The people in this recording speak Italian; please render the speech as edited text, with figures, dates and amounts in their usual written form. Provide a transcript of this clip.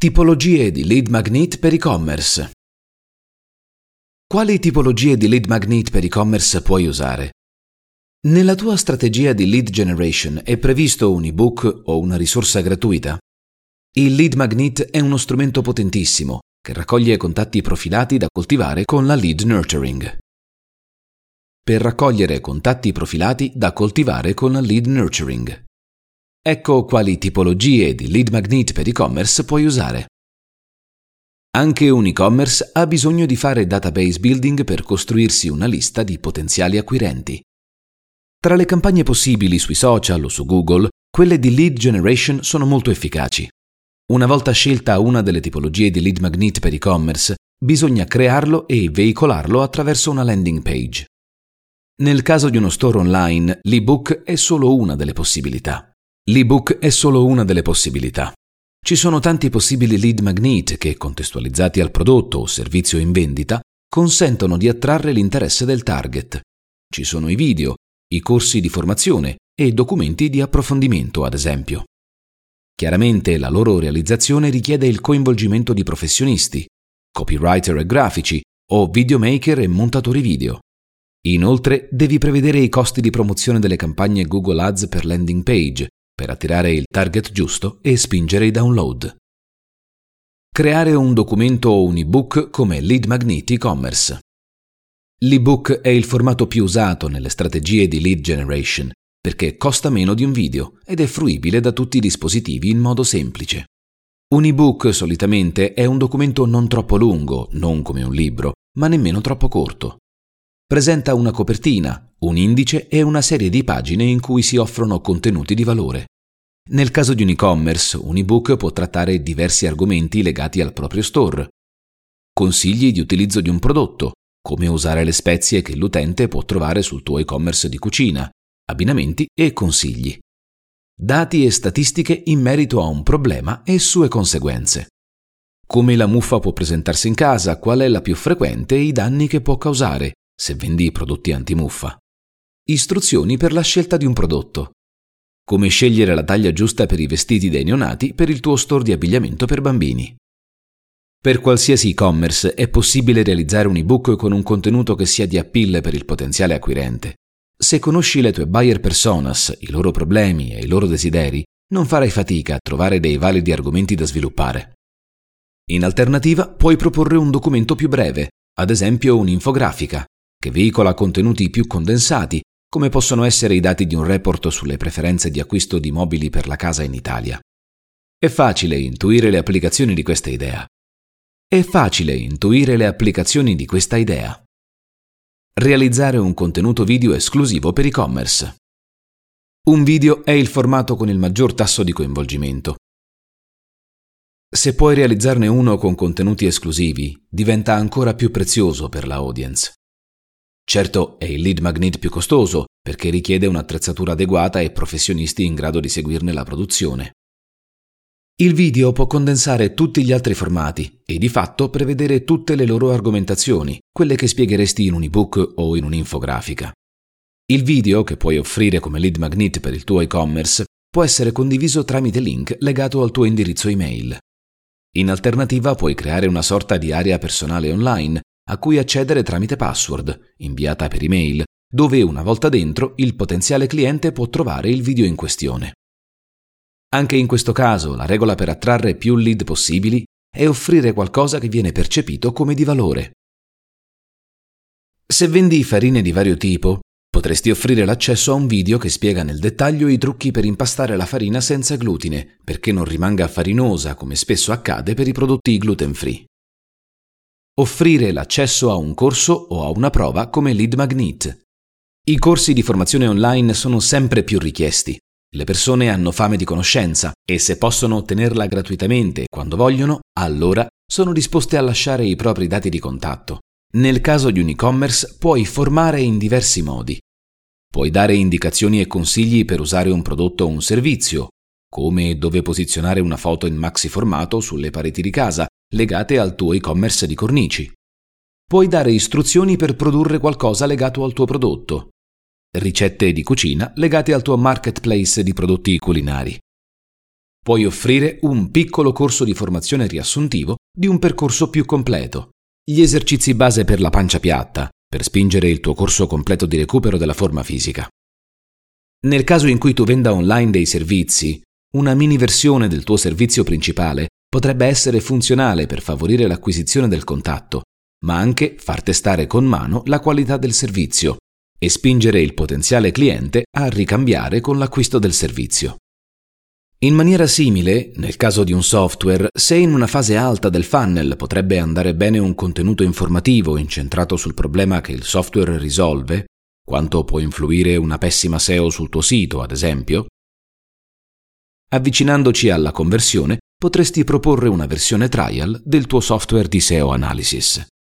Tipologie di lead magnet per e-commerce. Quali tipologie di lead magnet per e-commerce puoi usare? Nella tua strategia di lead generation è previsto un ebook o una risorsa gratuita? Il lead magnet è uno strumento potentissimo che raccoglie contatti profilati da coltivare con la lead nurturing. Per raccogliere contatti profilati da coltivare con la lead nurturing. Ecco quali tipologie di lead magnet per e-commerce puoi usare. Anche un e-commerce ha bisogno di fare database building per costruirsi una lista di potenziali acquirenti. Tra le campagne possibili sui social o su Google, quelle di lead generation sono molto efficaci. Una volta scelta una delle tipologie di lead magnet per e-commerce, bisogna crearlo e veicolarlo attraverso una landing page. Nel caso di uno store online, l'ebook è solo una delle possibilità. Ci sono tanti possibili lead magnet che, contestualizzati al prodotto o servizio in vendita, consentono di attrarre l'interesse del target. Ci sono i video, i corsi di formazione e documenti di approfondimento, ad esempio. Chiaramente la loro realizzazione richiede il coinvolgimento di professionisti, copywriter e grafici o videomaker e montatori video. Inoltre, devi prevedere i costi di promozione delle campagne Google Ads per landing page, per attirare il target giusto e spingere i download. Creare un documento o un ebook come lead magnet e-commerce. L'ebook è il formato più usato nelle strategie di lead generation perché costa meno di un video ed è fruibile da tutti i dispositivi in modo semplice. Un ebook solitamente è un documento non troppo lungo, non come un libro, ma nemmeno troppo corto. Presenta una copertina, un indice e una serie di pagine in cui si offrono contenuti di valore. Nel caso di un e-commerce, un ebook può trattare diversi argomenti legati al proprio store. Consigli di utilizzo di un prodotto, come usare le spezie che l'utente può trovare sul tuo e-commerce di cucina, abbinamenti e consigli. Dati e statistiche in merito a un problema e sue conseguenze. Come la muffa può presentarsi in casa, qual è la più frequente e i danni che può causare, se vendi prodotti antimuffa. Istruzioni per la scelta di un prodotto. Come scegliere la taglia giusta per i vestiti dei neonati per il tuo store di abbigliamento per bambini. Per qualsiasi e-commerce è possibile realizzare un ebook con un contenuto che sia di appeal per il potenziale acquirente. Se conosci le tue buyer personas, i loro problemi e i loro desideri, non farai fatica a trovare dei validi argomenti da sviluppare. In alternativa, puoi proporre un documento più breve, ad esempio un'infografica, che veicola contenuti più condensati, come possono essere i dati di un report sulle preferenze di acquisto di mobili per la casa in Italia. È facile intuire le applicazioni di questa idea. Realizzare un contenuto video esclusivo per e-commerce. Un video è il formato con il maggior tasso di coinvolgimento. Se puoi realizzarne uno con contenuti esclusivi, diventa ancora più prezioso per la audience. Certo, è il lead magnet più costoso, perché richiede un'attrezzatura adeguata e professionisti in grado di seguirne la produzione. Il video può condensare tutti gli altri formati e di fatto prevedere tutte le loro argomentazioni, quelle che spiegheresti in un ebook o in un'infografica. Il video, che puoi offrire come lead magnet per il tuo e-commerce, può essere condiviso tramite link legato al tuo indirizzo email. In alternativa puoi creare una sorta di area personale online a cui accedere tramite password, inviata per email, dove una volta dentro il potenziale cliente può trovare il video in questione. Anche in questo caso la regola per attrarre più lead possibili è offrire qualcosa che viene percepito come di valore. Se vendi farine di vario tipo, potresti offrire l'accesso a un video che spiega nel dettaglio i trucchi per impastare la farina senza glutine, perché non rimanga farinosa come spesso accade per i prodotti gluten free. Offrire l'accesso a un corso o a una prova come lead magnet. I corsi di formazione online sono sempre più richiesti. Le persone hanno fame di conoscenza e se possono ottenerla gratuitamente quando vogliono, allora sono disposte a lasciare i propri dati di contatto. Nel caso di un e-commerce puoi formare in diversi modi. Puoi dare indicazioni e consigli per usare un prodotto o un servizio, come dove posizionare una foto in maxi formato sulle pareti di casa, legate al tuo e-commerce di cornici. Puoi dare istruzioni per produrre qualcosa legato al tuo prodotto. Ricette di cucina legate al tuo marketplace di prodotti culinari. Puoi offrire un piccolo corso di formazione riassuntivo di un percorso più completo. Gli esercizi base per la pancia piatta, per spingere il tuo corso completo di recupero della forma fisica. Nel caso in cui tu venda online dei servizi, una mini versione del tuo servizio principale potrebbe essere funzionale per favorire l'acquisizione del contatto, ma anche far testare con mano la qualità del servizio e spingere il potenziale cliente a ricambiare con l'acquisto del servizio. In maniera simile, nel caso di un software, se in una fase alta del funnel potrebbe andare bene un contenuto informativo incentrato sul problema che il software risolve, quanto può influire una pessima SEO sul tuo sito, ad esempio, avvicinandoci alla conversione, potresti proporre una versione trial del tuo software di SEO Analysis.